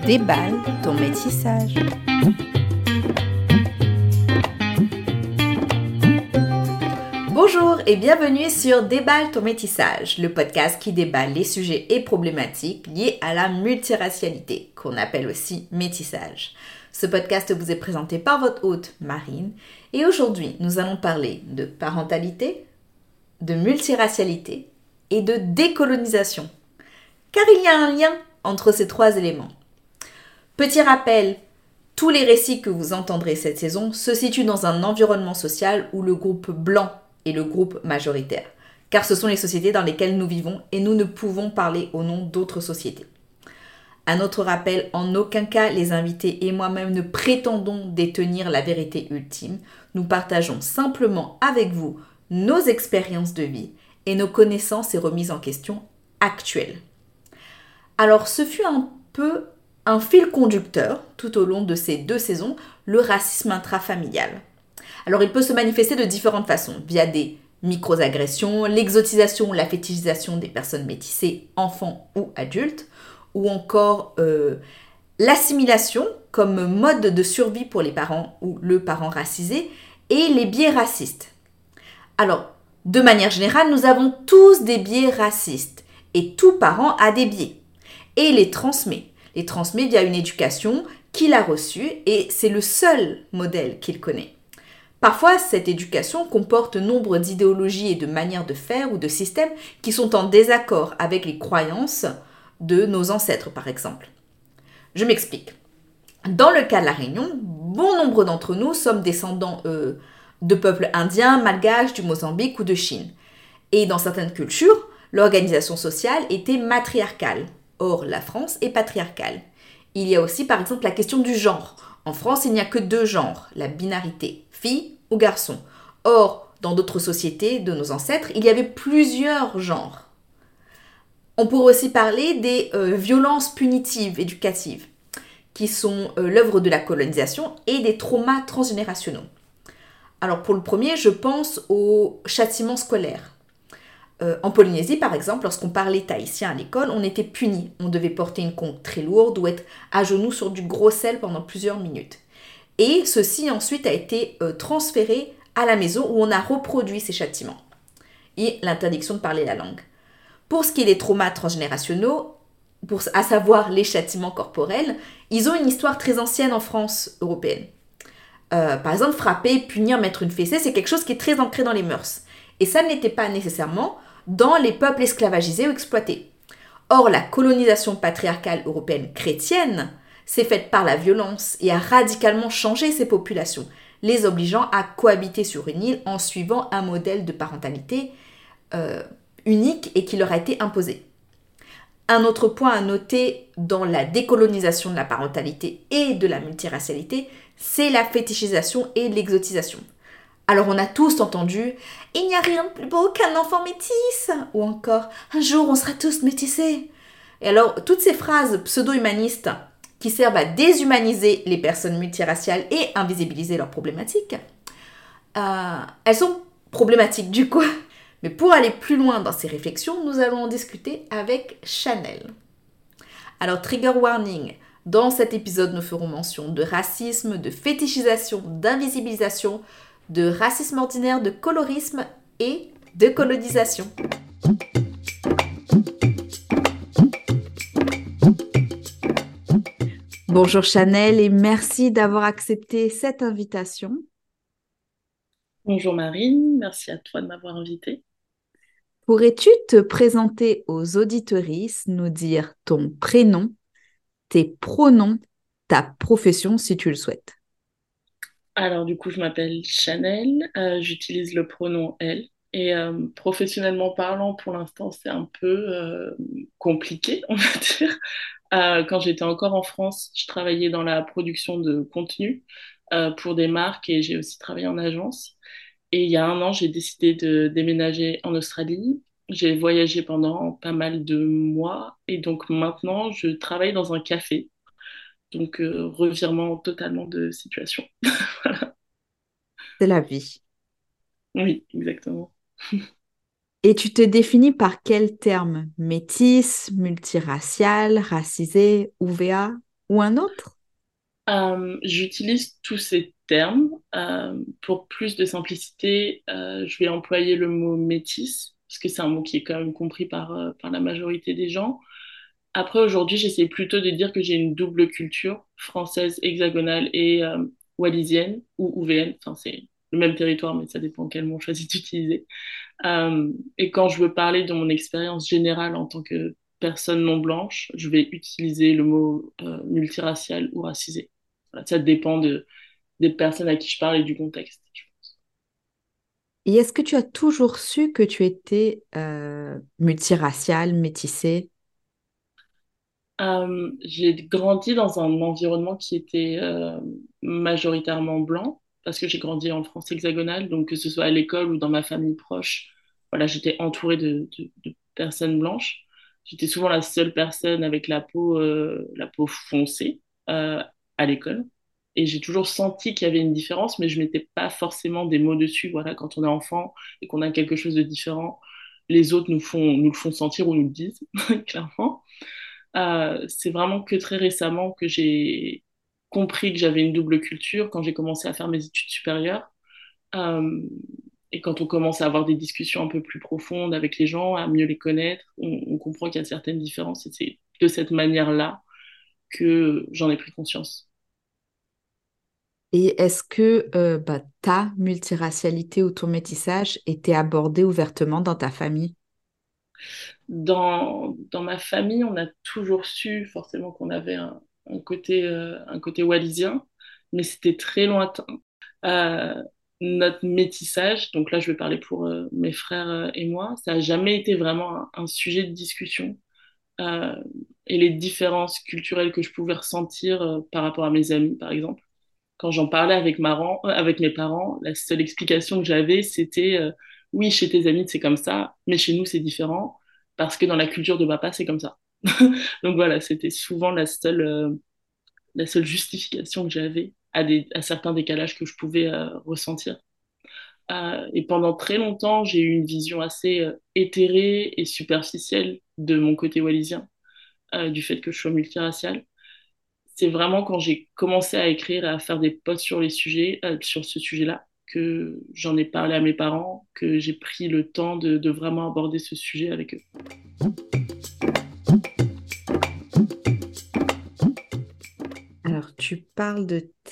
Déballe ton métissage. Bonjour et bienvenue sur Déballe ton métissage, le podcast qui déballe les sujets et problématiques liés à la multiracialité, qu'on appelle aussi métissage. Ce podcast vous est présenté par votre hôte Marine et aujourd'hui nous allons parler de parentalité, de multiracialité et de décolonisation. Car il y a un lien entre ces trois éléments. Petit rappel, tous les récits que vous entendrez cette saison se situent dans un environnement social où le groupe blanc est le groupe majoritaire, car ce sont les sociétés dans lesquelles nous vivons et nous ne pouvons parler au nom d'autres sociétés. Un autre rappel, en aucun cas les invités et moi-même ne prétendons détenir la vérité ultime, nous partageons simplement avec vous nos expériences de vie et nos connaissances et remises en question actuelles. Alors ce fut un peu un fil conducteur tout au long de ces 2 saisons, le racisme intrafamilial. Alors il peut se manifester de différentes façons, via des micro-agressions, l'exotisation ou la fétichisation des personnes métissées, enfants ou adultes, ou encore l'assimilation comme mode de survie pour les parents ou le parent racisé, et les biais racistes. Alors, de manière générale, nous avons tous des biais racistes, et tout parent a des biais, et les transmet via une éducation qu'il a reçue et c'est le seul modèle qu'il connaît. Parfois, cette éducation comporte nombre d'idéologies et de manières de faire ou de systèmes qui sont en désaccord avec les croyances de nos ancêtres, par exemple. Je m'explique. Dans le cas de la Réunion, bon nombre d'entre nous sommes descendants de peuples indiens, malgaches, du Mozambique ou de Chine. Et dans certaines cultures, l'organisation sociale était matriarcale. Or, la France est patriarcale. Il y a aussi par exemple la question du genre. En France, il n'y a que 2 genres, la binarité, fille ou garçon. Or, dans d'autres sociétés de nos ancêtres, il y avait plusieurs genres. On pourrait aussi parler des violences punitives éducatives, qui sont l'œuvre de la colonisation et des traumas transgénérationnels. Alors pour le premier, je pense au châtiment scolaire. En Polynésie, par exemple, lorsqu'on parlait tahitien à l'école, on était puni. On devait porter une conque très lourde ou être à genoux sur du gros sel pendant plusieurs minutes. Et ceci ensuite a été transféré à la maison où on a reproduit ces châtiments. Et l'interdiction de parler la langue. Pour ce qui est des traumas transgénérationnels, à savoir les châtiments corporels, ils ont une histoire très ancienne en France européenne. Par exemple, frapper, punir, mettre une fessée, c'est quelque chose qui est très ancré dans les mœurs. Et ça n'était pas nécessairement dans les peuples esclavagisés ou exploités. Or, la colonisation patriarcale européenne chrétienne s'est faite par la violence et a radicalement changé ces populations, les obligeant à cohabiter sur une île en suivant un modèle de parentalité unique et qui leur a été imposé. Un autre point à noter dans la décolonisation de la parentalité et de la multiracialité, c'est la fétichisation et l'exotisation. Alors on a tous entendu « Il n'y a rien de plus beau qu'un enfant métis » ou encore « Un jour on sera tous métissés ». Et alors toutes ces phrases pseudo-humanistes qui servent à déshumaniser les personnes multiraciales et invisibiliser leurs problématiques, elles sont problématiques du coup. Mais pour aller plus loin dans ces réflexions, nous allons en discuter avec Chanel. Alors trigger warning, dans cet épisode nous ferons mention de racisme, de fétichisation, d'invisibilisation, de racisme ordinaire, de colorisme et de colonisation. Bonjour Chanel et merci d'avoir accepté cette invitation. Bonjour Marine, merci à toi de m'avoir invitée. Pourrais-tu te présenter aux auditeuristes, nous dire ton prénom, tes pronoms, ta profession si tu le souhaites? Alors du coup, je m'appelle Chanel, j'utilise le pronom elle et professionnellement parlant, pour l'instant, c'est un peu compliqué, on va dire. Quand j'étais encore en France, je travaillais dans la production de contenu pour des marques et j'ai aussi travaillé en agence. Et il y a un an, j'ai décidé de déménager en Australie. J'ai voyagé pendant pas mal de mois et donc maintenant, je travaille dans un café. Donc, revirement totalement de situation. C'est la vie. Oui, exactement. Et tu te définis par quel terme? Métis, multiracial, racisé, OUVA? ou un autre? J'utilise tous ces termes. Pour plus de simplicité, je vais employer le mot métis, parce que c'est un mot qui est quand même compris par la majorité des gens. Après, aujourd'hui, j'essaie plutôt de dire que j'ai une double culture, française, hexagonale et wallisienne, ou UVN. Enfin, c'est le même territoire, mais ça dépend quel mot on choisit d'utiliser. Et quand je veux parler de mon expérience générale en tant que personne non blanche, je vais utiliser le mot multiracial ou racisé. Voilà, ça dépend des personnes à qui je parle et du contexte. Et est-ce que tu as toujours su que tu étais multiracial, métissé? J'ai grandi dans un environnement qui était majoritairement blanc, parce que j'ai grandi en France hexagonale, donc que ce soit à l'école ou dans ma famille proche, voilà, j'étais entourée de personnes blanches. J'étais souvent la seule personne avec la peau foncée euh, à l'école. Et j'ai toujours senti qu'il y avait une différence, mais je mettais pas forcément des mots dessus. Voilà, quand on est enfant et qu'on a quelque chose de différent, les autres nous le font sentir ou nous le disent, clairement. C'est vraiment que très récemment que j'ai compris que j'avais une double culture quand j'ai commencé à faire mes études supérieures. Euh, et quand on commence à avoir des discussions un peu plus profondes avec les gens, à mieux les connaître, on comprend qu'il y a certaines différences. Et c'est de cette manière-là que j'en ai pris conscience. Et est-ce que ta multiracialité ou ton métissage était abordé ouvertement dans ta famille? Dans ma famille, on a toujours su forcément qu'on avait un côté wallisien, mais c'était très lointain. Euh, Notre métissage, donc là je vais parler pour mes frères et moi, ça n'a jamais été vraiment un sujet de discussion. Euh, et les différences culturelles que je pouvais ressentir par rapport à mes amis, par exemple, quand j'en parlais avec mes parents, la seule explication que j'avais, c'était oui, chez tes amis, c'est comme ça, mais chez nous, c'est différent, parce que dans la culture de papa, c'est comme ça. Donc voilà, c'était souvent la seule justification que j'avais à certains décalages que je pouvais ressentir. Et pendant très longtemps, j'ai eu une vision assez éthérée et superficielle de mon côté wallisien, du fait que je sois multiracial. C'est vraiment quand j'ai commencé à écrire et à faire des posts sur sur ce sujet-là, que j'en ai parlé à mes parents, que j'ai pris le temps de vraiment aborder ce sujet avec eux. Alors, tu parles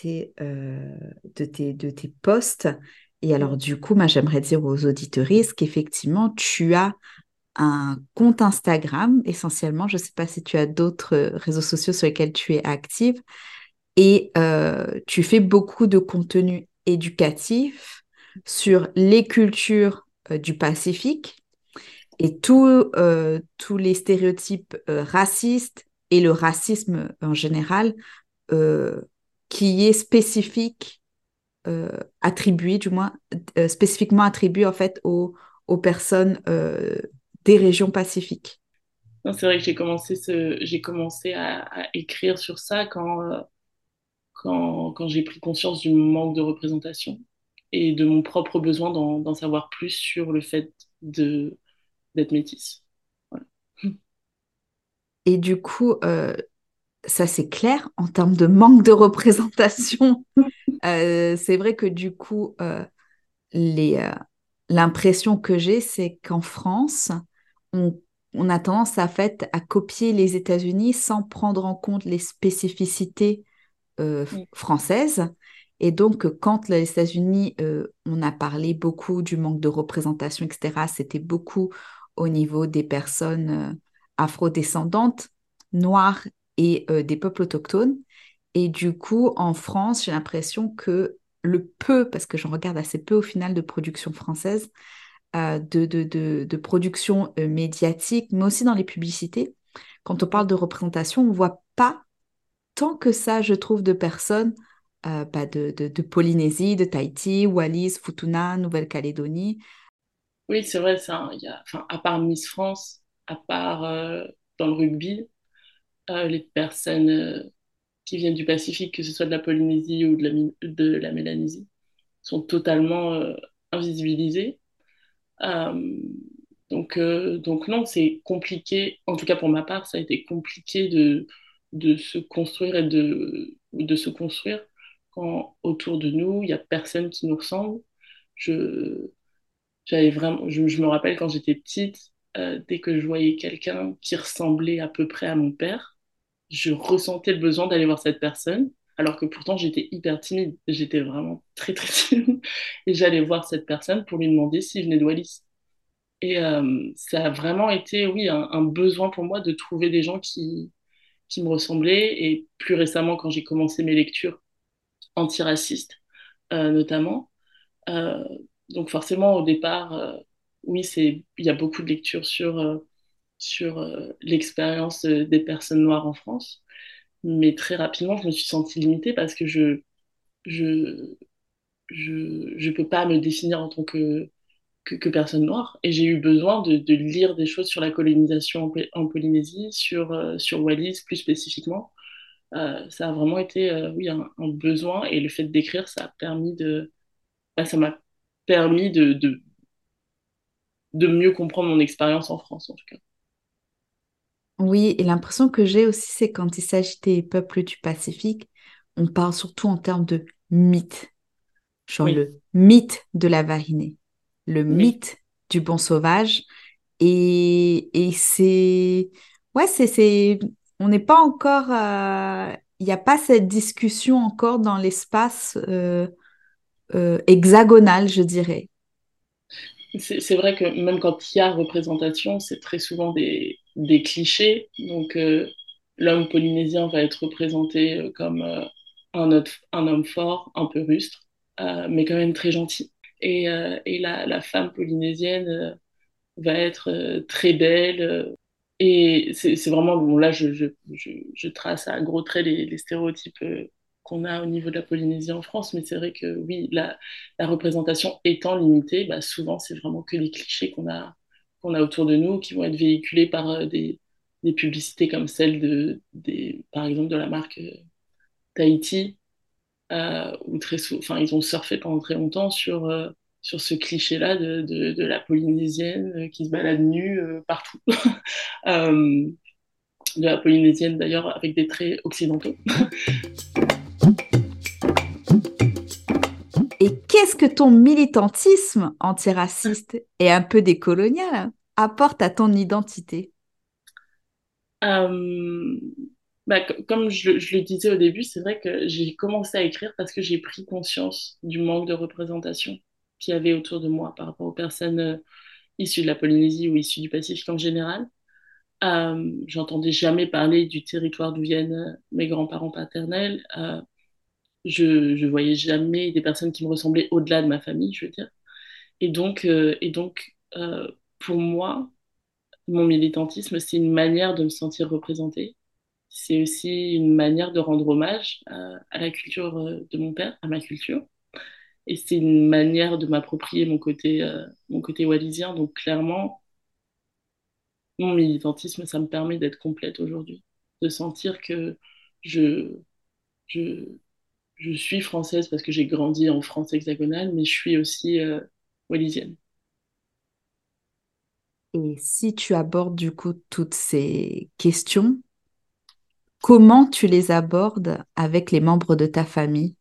de tes posts. Et alors, du coup, moi, j'aimerais dire aux auditeuristes qu'effectivement, tu as un compte Instagram, essentiellement. Je ne sais pas si tu as d'autres réseaux sociaux sur lesquels tu es active. Et tu fais beaucoup de contenu éducatif sur les cultures du Pacifique et tous les stéréotypes racistes et le racisme en général euh, qui est spécifique, attribué du moins, spécifiquement attribué en fait aux personnes des régions pacifiques. Non, c'est vrai que j'ai commencé à écrire sur ça quand j'ai pris conscience du manque de représentation et de mon propre besoin d'en savoir plus sur le fait d'être métisse. Voilà. Et du coup, ça c'est clair en termes de manque de représentation. C'est vrai que du coup, les, euh, l'impression que j'ai, c'est qu'en France, on, on a tendance à copier les États-Unis sans prendre en compte les spécificités Mm. françaises. Et donc, quand les États-Unis, on a parlé beaucoup du manque de représentation, etc., c'était beaucoup au niveau des personnes afrodescendantes, noires et des peuples autochtones. Et du coup, en France, j'ai l'impression que le peu, parce que j'en regarde assez peu au final de production française, de production médiatique, mais aussi dans les publicités, quand on parle de représentation, on ne voit pas tant que ça, je trouve, de personnes de Polynésie, de Tahiti, Wallis, Futuna, Nouvelle-Calédonie. Oui, c'est vrai, enfin, à part Miss France, à part dans le rugby, les personnes qui viennent du Pacifique, que ce soit de la Polynésie ou de la Mélanésie, sont totalement invisibilisées. Euh, donc non, c'est compliqué, en tout cas pour ma part, ça a été compliqué de se construire et de se construire quand autour de nous, il n'y a personne qui nous ressemble. Je, je me rappelle quand j'étais petite, dès que je voyais quelqu'un qui ressemblait à peu près à mon père, je ressentais le besoin d'aller voir cette personne, alors que pourtant j'étais hyper timide. J'étais vraiment très très timide. Et j'allais voir cette personne pour lui demander s'il venait de Wallis. Et ça a vraiment été, oui, un besoin pour moi de trouver des gens qui me ressemblaient. Et plus récemment, quand j'ai commencé mes lectures antiracistes, notamment, euh, donc forcément, au départ, oui, il y a beaucoup de lectures sur l'expérience des personnes noires en France. Mais très rapidement, je me suis sentie limitée parce que je, je peux pas me définir en tant que personne noire. Et j'ai eu besoin de lire des choses sur la colonisation en Polynésie, sur Wallis plus spécifiquement. Ça a vraiment été, oui, un besoin. Et le fait d'écrire, ça m'a permis de mieux comprendre mon expérience en France, en tout cas. Oui, et l'impression que j'ai aussi, c'est quand il s'agit des peuples du Pacifique, on parle surtout en termes de mythe, genre Oui, le mythe de la varinée, le oui. mythe du bon sauvage. Et c'est... Ouais, on n'est pas encore... Il n'y a pas cette discussion encore dans l'espace hexagonal, je dirais. C'est vrai que même quand il y a représentation, c'est très souvent des clichés. Donc, l'homme polynésien va être représenté comme un homme fort, un peu rustre, mais quand même très gentil. Et la femme polynésienne va être très belle. Et c'est vraiment, bon, là, je trace à gros traits les stéréotypes qu'on a au niveau de la Polynésie en France, mais c'est vrai que oui, la représentation étant limitée, bah, souvent, c'est vraiment que les clichés qu'on a autour de nous, qui vont être véhiculés par des publicités comme celle par exemple, de la marque Tahiti, où enfin, ils ont surfé pendant très longtemps sur ce cliché-là de la Polynésienne qui se balade nue partout. Euh, de la Polynésienne d'ailleurs, avec des traits occidentaux. Et qu'est-ce que ton militantisme antiraciste et un peu décolonial apporte à ton identité? Euh, Bah, comme je le disais au début, c'est vrai que j'ai commencé à écrire parce que j'ai pris conscience du manque de représentation qu'il y avait autour de moi par rapport aux personnes issues de la Polynésie ou issues du Pacifique en général. J'entendais jamais parler du territoire d'où viennent mes grands-parents paternels. Je voyais jamais des personnes qui me ressemblaient au-delà de ma famille, je veux dire. Et donc, pour moi, mon militantisme, c'est une manière de me sentir représentée. C'est aussi une manière de rendre hommage à la culture de mon père, à ma culture. Et c'est une manière de m'approprier mon côté wallisien. Donc clairement, mon militantisme, ça me permet d'être complète aujourd'hui, de sentir que je, je, je suis française parce que j'ai grandi en France hexagonale, mais je suis aussi wallisienne. Et si tu abordes du coup toutes ces questions, comment tu les abordes avec les membres de ta famille?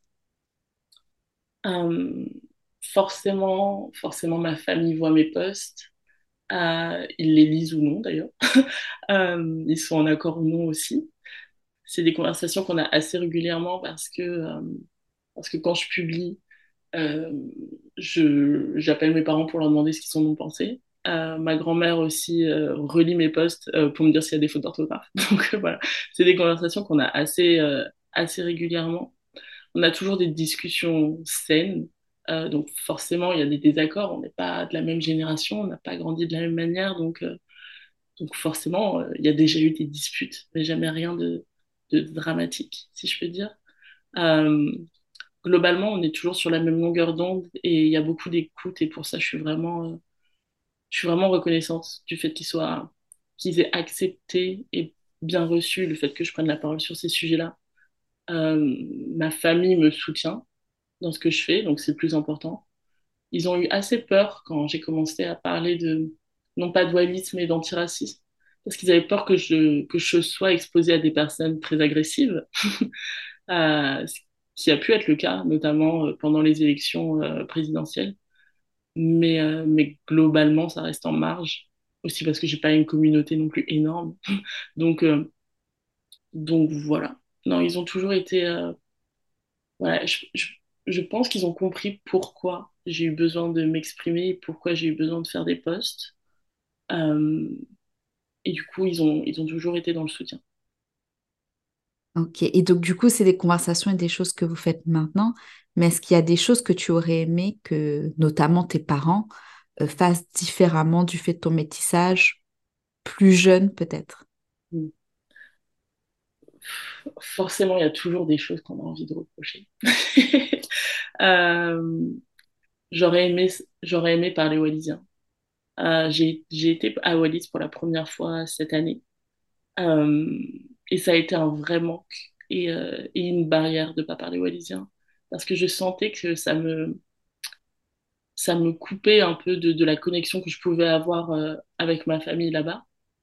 Euh, forcément, ma famille voit mes posts. Ils les lisent ou non d'ailleurs. Ils sont en accord ou non aussi. C'est des conversations qu'on a assez régulièrement parce que quand je publie, euh, j'appelle mes parents pour leur demander ce qu'ils en ont pensé. Ma grand-mère aussi relit mes posts pour me dire s'il y a des fautes d'orthographe. Donc voilà, c'est des conversations qu'on a assez régulièrement. On a toujours des discussions saines. Donc forcément, il y a des désaccords. On n'est pas de la même génération, on n'a pas grandi de la même manière. Donc forcément, il y a déjà eu des disputes, mais jamais rien de dramatique, si je peux dire. Euh, Globalement, on est toujours sur la même longueur d'onde et il y a beaucoup d'écoute et pour ça, je suis vraiment reconnaissante du fait qu'ils aient accepté et bien reçu le fait que je prenne la parole sur ces sujets-là. Ma famille me soutient dans ce que je fais, donc c'est le plus important. Ils ont eu assez peur quand j'ai commencé à parler non pas de walisme, mais d'antiracisme. parce qu'ils avaient peur que je sois exposée à des personnes très agressives, ce qui a pu être le cas, notamment pendant les élections présidentielles. Mais globalement, ça reste en marge, aussi parce que j'ai pas une communauté non plus énorme. Donc, euh, donc voilà. Non, ils ont toujours été... voilà, je pense qu'ils ont compris pourquoi j'ai eu besoin de m'exprimer, pourquoi j'ai eu besoin de faire des posts. Euh, et du coup, ils ont toujours été dans le soutien. Ok, et donc du coup, c'est des conversations et des choses que vous faites maintenant, mais est-ce qu'il y a des choses que tu aurais aimé que notamment tes parents fassent différemment du fait de ton métissage, plus jeune peut-être? Forcément, il y a toujours des choses qu'on a envie de reprocher. Euh, j'aurais aimé parler wallisien. J'ai été à Wallis pour la première fois cette année. Euh, et ça a été un vrai manque et une barrière de ne pas parler wallisien. Parce que je sentais que ça me coupait un peu de la connexion que je pouvais avoir avec ma famille là-bas.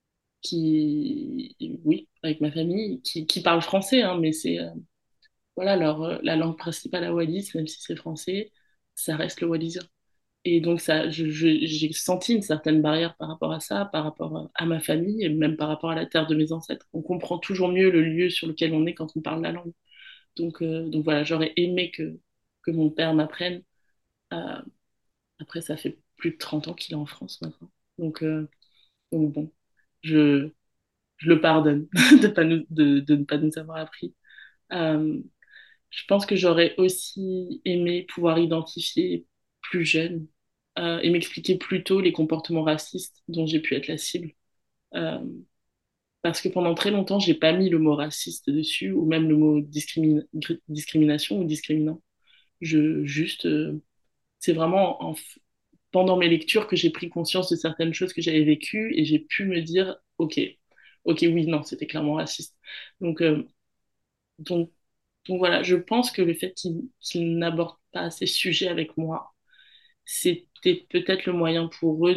Oui, avec ma famille, qui parle français, hein, mais c'est voilà, la langue principale à Wallis, même si c'est français, ça reste le wallisien. Et donc, j'ai senti une certaine barrière par rapport à ça, par rapport à ma famille et même par rapport à la terre de mes ancêtres. On comprend toujours mieux le lieu sur lequel on est quand on parle la langue. Donc voilà, j'aurais aimé que mon père m'apprenne. Euh, Après, ça fait plus de 30 ans qu'il est en France maintenant. Donc bon, je, je le pardonne de ne pas nous avoir appris. Euh, Je pense que j'aurais aussi aimé pouvoir identifier plus jeune et m'expliquer plus tôt les comportements racistes dont j'ai pu être la cible. Euh, Parce que pendant très longtemps, j'ai pas mis le mot raciste dessus ou même le mot discrimination ou discriminant. Juste, c'est vraiment pendant mes lectures que j'ai pris conscience de certaines choses que j'avais vécues et j'ai pu me dire, ok, oui, non, c'était clairement raciste. Donc, euh, donc Donc voilà, je pense que le fait qu'ils n'abordent pas ces sujets avec moi, c'était peut-être le moyen pour eux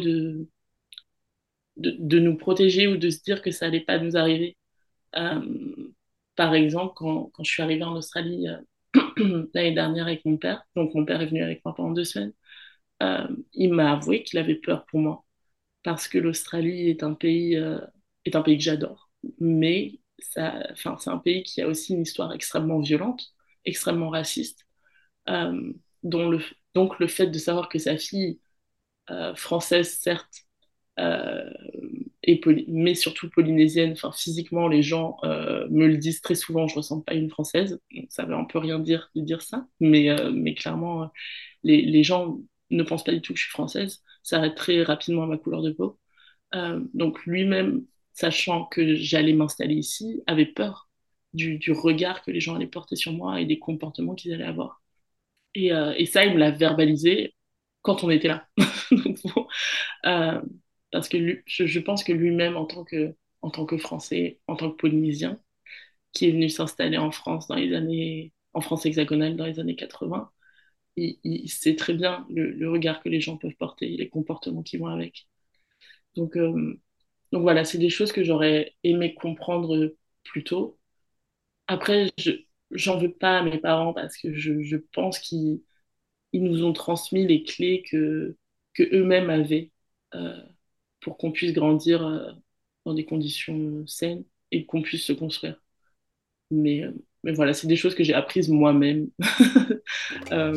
de nous protéger ou de se dire que ça allait pas nous arriver. Euh, Par exemple, quand je suis arrivée en Australie l'année dernière avec mon père, donc mon père est venu avec moi pendant 2 semaines, il m'a avoué qu'il avait peur pour moi parce que l'Australie est un pays que j'adore, mais enfin, c'est un pays qui a aussi une histoire extrêmement violente, extrêmement raciste. Euh, dont donc le fait de savoir que sa fille, française certes, euh, mais surtout polynésienne, enfin physiquement les gens me le disent très souvent, je ne ressemble pas à une française, donc, ça veut un peu rien dire de dire ça, mais clairement les gens ne pensent pas du tout que je suis française, ça arrête très rapidement à ma couleur de peau. Donc lui-même, sachant que j'allais m'installer ici, avait peur du regard que les gens allaient porter sur moi et des comportements qu'ils allaient avoir. Et ça, il me l'a verbalisé quand on était là. Donc, bon, euh, parce que je pense que lui-même, en tant que Français, en tant que Polynésien, qui est venu s'installer en France en France hexagonale dans les années 80, il sait très bien le regard que les gens peuvent porter, les comportements qui vont avec. Donc, euh, donc voilà, c'est des choses que j'aurais aimé comprendre plus tôt. Après, j'en veux pas à mes parents parce que je pense qu'ils nous ont transmis les clés que eux-mêmes avaient euh, pour qu'on puisse grandir dans des conditions saines et qu'on puisse se construire. Mais, euh, mais voilà, c'est des choses que j'ai apprises moi-même. Euh,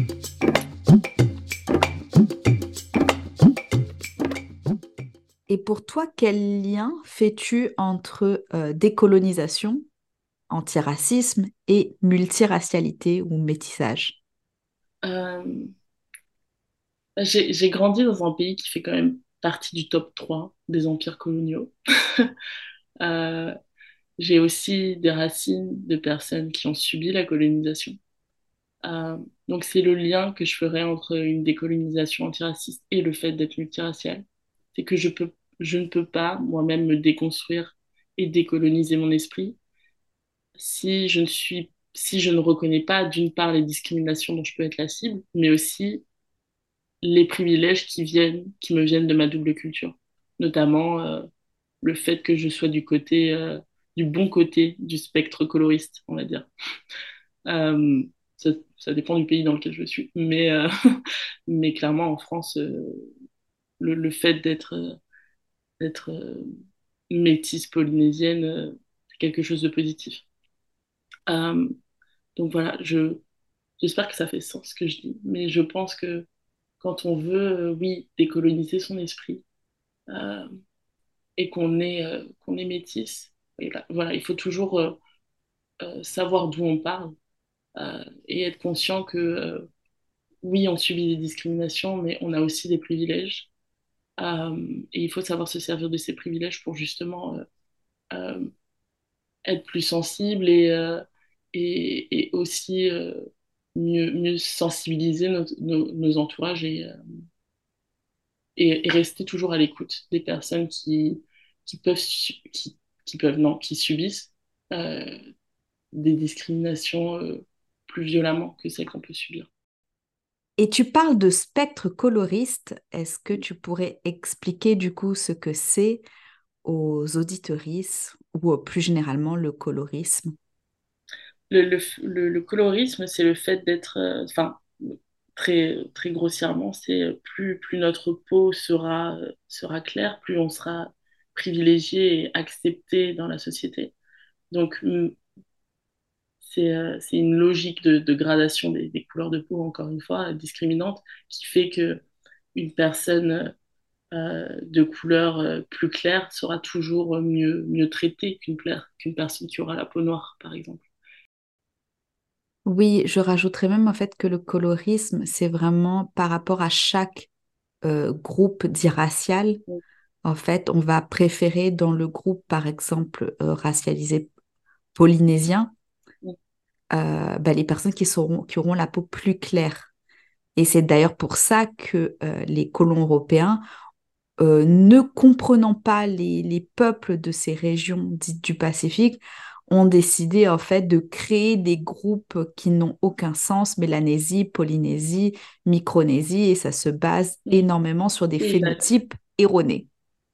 Et pour toi, quel lien fais-tu entre décolonisation, antiracisme et multiracialité ou métissage? euh, j'ai grandi dans un pays qui fait quand même partie du top 3 des empires coloniaux. Euh, j'ai aussi des racines de personnes qui ont subi la colonisation. Euh, donc c'est le lien que je ferais entre une décolonisation antiraciste et le fait d'être multiracial. C'est que je ne peux pas moi-même me déconstruire et décoloniser mon esprit si je ne reconnais pas d'une part les discriminations dont je peux être la cible, mais aussi les privilèges qui me viennent de ma double culture, notamment le fait que je sois du bon côté du spectre coloriste, on va dire. Euh, ça dépend du pays dans lequel je suis, mais clairement en France, le fait d'être métisse polynésienne, c'est quelque chose de positif. Euh, donc voilà, j'espère que ça fait sens ce que je dis, mais je pense que quand on veut, oui, décoloniser son esprit euh, et qu'on est métisse, et là, voilà, il faut toujours savoir d'où on parle et être conscient que oui, on subit des discriminations, mais on a aussi des privilèges. Et il faut savoir se servir de ces privilèges pour justement euh, être plus sensible et aussi mieux sensibiliser nos entourages et rester toujours à l'écoute des personnes qui peuvent, qui peuvent, non, qui subissent euh, des discriminations plus violemment que celles qu'on peut subir. Et tu parles de spectre coloriste. Est-ce que tu pourrais expliquer du coup ce que c'est aux auditorices ou plus généralement le colorisme? Le colorisme, c'est le fait d'être, enfin, très grossièrement, c'est plus notre peau sera claire, plus on sera privilégié et accepté dans la société. Donc, c'est une logique de gradation des couleurs de peau, encore une fois, discriminante, qui fait que une personne de couleur plus claire sera toujours mieux traitée qu'une personne qui aura la peau noire, par exemple. Oui, je rajouterais même en fait que le colorisme, c'est vraiment par rapport à chaque groupe dit racial. En fait, on va préférer dans le groupe, par exemple, racialisé polynésien, les personnes qui auront la peau plus claire. Et c'est d'ailleurs pour ça que les colons européens, ne comprenant pas les peuples de ces régions dites du Pacifique, ont décidé en fait de créer des groupes qui n'ont aucun sens, Mélanésie, Polynésie, Micronésie, et ça se base énormément sur des Oui, phénotypes erronés.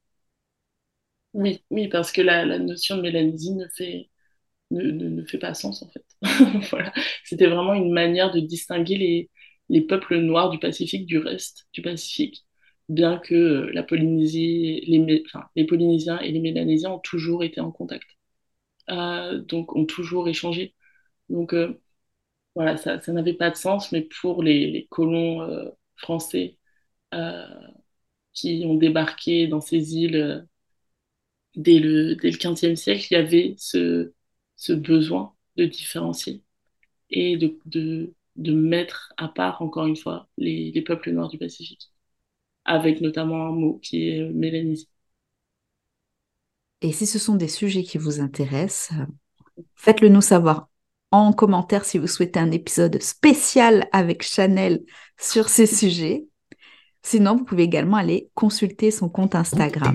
oui, parce que la notion de mélanésie ne fait pas sens en fait. Voilà. C'était vraiment une manière de distinguer les peuples noirs du Pacifique du reste du Pacifique, bien que la Polynésie, enfin, les Polynésiens et les Mélanésiens ont toujours été en contact, donc ont toujours échangé. Donc voilà, ça n'avait pas de sens, mais pour les colons français euh, qui ont débarqué dans ces îles dès le 15e siècle, il y avait ce besoin de différencier et de mettre à part, encore une fois, les peuples noirs du Pacifique, avec notamment un mot qui est Mélanésie. Et si ce sont des sujets qui vous intéressent, faites-le nous savoir en commentaire si vous souhaitez un épisode spécial avec Chanel sur ces sujets. Sinon, vous pouvez également aller consulter son compte Instagram.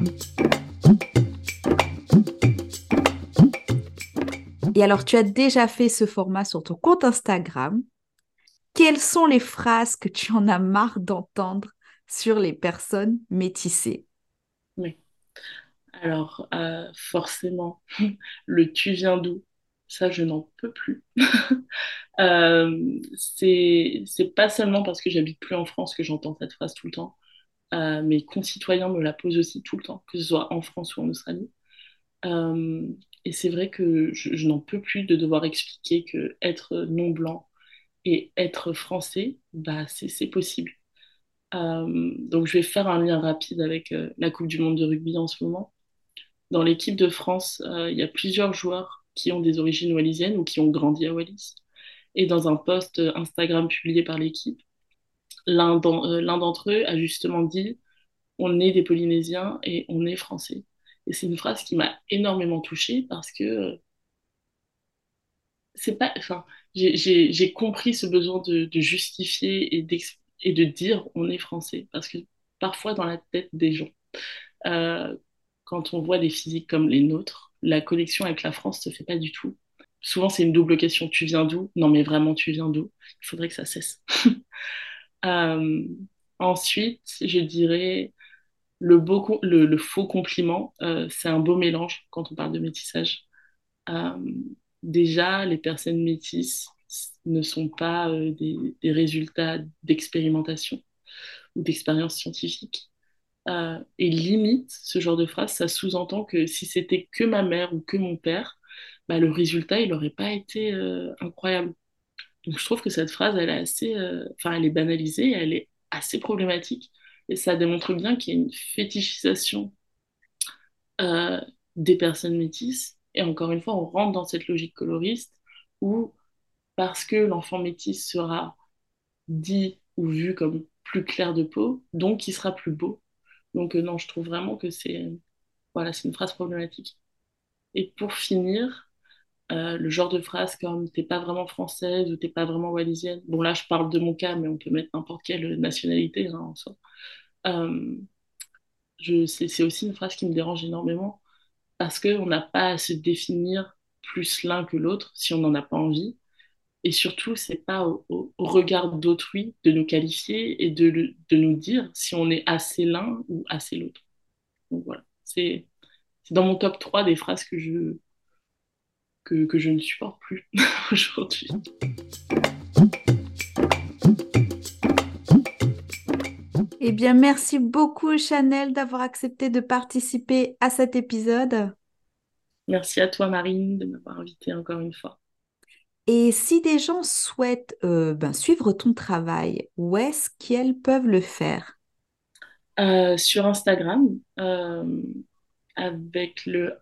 Et alors, tu as déjà fait ce format sur ton compte Instagram. Quelles sont les phrases que tu en as marre d'entendre sur les personnes métissées? Oui. Alors, forcément, le tu viens d'où? Ça, je n'en peux plus. C'est pas seulement parce que j'habite plus en France que j'entends cette phrase tout le temps. Mes concitoyens me la posent aussi tout le temps, que ce soit en France ou en Australie. Euh, et c'est vrai que je n'en peux plus de devoir expliquer que être non blanc et être français, bah, c'est possible. Donc je vais faire un lien rapide avec la Coupe du Monde de rugby en ce moment. Dans l'équipe de France, il y a plusieurs joueurs qui ont des origines wallisiennes ou qui ont grandi à Wallis. Et dans un post Instagram publié par l'équipe, l'un d'entre eux a justement dit on est des Polynésiens et on est français. Et c'est une phrase qui m'a énormément touchée parce que c'est pas, enfin, j'ai compris ce besoin de justifier et de dire on est français parce que parfois dans la tête des gens, euh, quand on voit des physiques comme les nôtres, la connexion avec la France se fait pas du tout. Souvent c'est une double question, tu viens d'où? Non mais vraiment tu viens d'où? Il faudrait que ça cesse. Euh, ensuite, je dirais le faux compliment, c'est un beau mélange quand on parle de métissage. Euh, Déjà, les personnes métisses ne sont pas des résultats d'expérimentation ou d'expérience scientifique. Et limite, ce genre de phrase, ça sous-entend que si c'était que ma mère ou que mon père, bah, le résultat, il n'aurait pas été incroyable. Donc je trouve que cette phrase, elle est assez, enfin, elle est banalisée, elle est assez problématique. Et ça démontre bien qu'il y a une fétichisation euh, des personnes métisses. Et encore une fois, on rentre dans cette logique coloriste où, parce que l'enfant métis sera dit ou vu comme plus clair de peau, donc il sera plus beau. Donc non, je trouve vraiment que voilà, c'est une phrase problématique. Et pour finir, le genre de phrase comme t'es pas vraiment française ou t'es pas vraiment wallisienne. Bon là, je parle de mon cas, mais on peut mettre n'importe quelle nationalité hein, en soi. Euh, c'est aussi une phrase qui me dérange énormément parce qu'on n'a pas à se définir plus l'un que l'autre si on n'en a pas envie. Et surtout, c'est pas au regard d'autrui de nous qualifier et de nous dire si on est assez l'un ou assez l'autre. Donc voilà, c'est dans mon top 3 des phrases que je ne supporte plus aujourd'hui. Eh bien, merci beaucoup Chanel d'avoir accepté de participer à cet épisode. Merci à toi, Marine, de m'avoir invitée encore une fois. Et si des gens souhaitent suivre ton travail, où est-ce qu'ils peuvent le faire? Sur Instagram, avec le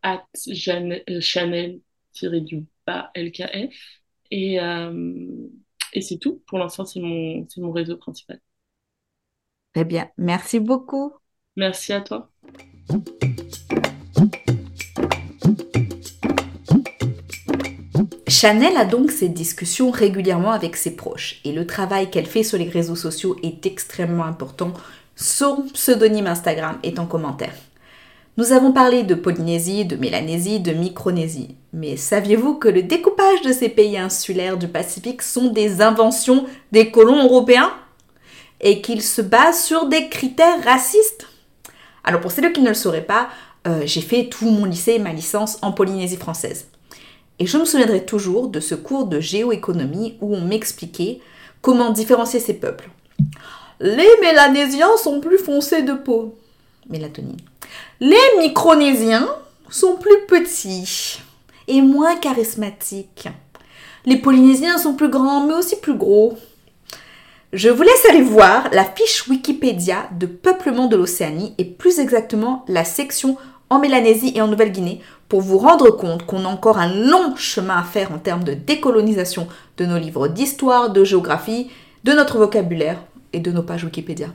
Chanel-LKF. Et, et c'est tout. Pour l'instant, c'est mon réseau principal. Eh bien, merci beaucoup. Merci à toi. Chanel a donc ces discussions régulièrement avec ses proches et le travail qu'elle fait sur les réseaux sociaux est extrêmement important. Son pseudonyme Instagram est en commentaire. Nous avons parlé de Polynésie, de Mélanésie, de Micronésie. Mais saviez-vous que le découpage de ces pays insulaires du Pacifique sont des inventions des colons européens et qu'ils se basent sur des critères racistes? Alors pour ceux qui ne le sauraient pas, j'ai fait tout mon lycée et ma licence en Polynésie française. Et je me souviendrai toujours de ce cours de géoéconomie où on m'expliquait comment différencier ces peuples. Les Mélanésiens sont plus foncés de peau. Mélatonine. Les Micronésiens sont plus petits et moins charismatiques. Les Polynésiens sont plus grands mais aussi plus gros. Je vous laisse aller voir la fiche Wikipédia de peuplement de l'Océanie et plus exactement la section en Mélanésie et en Nouvelle-Guinée pour vous rendre compte qu'on a encore un long chemin à faire en termes de décolonisation de nos livres d'histoire, de géographie, de notre vocabulaire et de nos pages Wikipédia.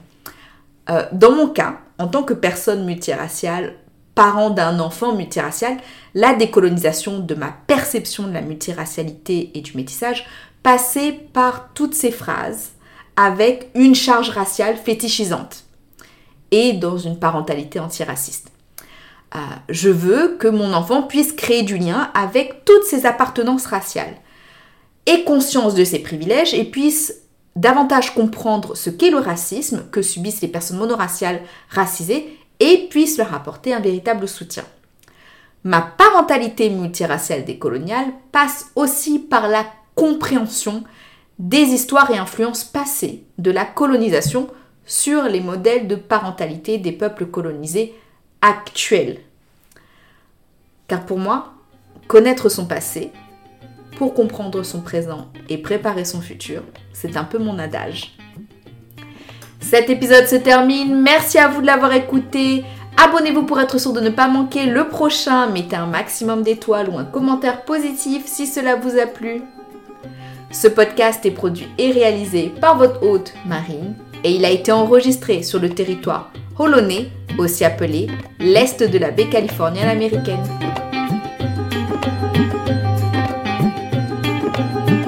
Dans mon cas, en tant que personne multiraciale, parent d'un enfant multiracial, la décolonisation de ma perception de la multiracialité et du métissage passait par toutes ces phrases avec une charge raciale fétichisante et dans une parentalité antiraciste. Je veux que mon enfant puisse créer du lien avec toutes ses appartenances raciales, ait conscience de ses privilèges et puisse davantage comprendre ce qu'est le racisme que subissent les personnes monoraciales racisées et puisse leur apporter un véritable soutien. Ma parentalité multiraciale décoloniale passe aussi par la compréhension des histoires et influences passées de la colonisation sur les modèles de parentalité des peuples colonisés actuels. Car pour moi, connaître son passé, pour comprendre son présent et préparer son futur, c'est un peu mon adage. Cet épisode se termine, merci à vous de l'avoir écouté. Abonnez-vous pour être sûr de ne pas manquer le prochain. Mettez un maximum d'étoiles ou un commentaire positif si cela vous a plu. Ce podcast est produit et réalisé par votre hôte Marine et il a été enregistré sur le territoire Ohlone, aussi appelé l'Est de la baie californienne américaine.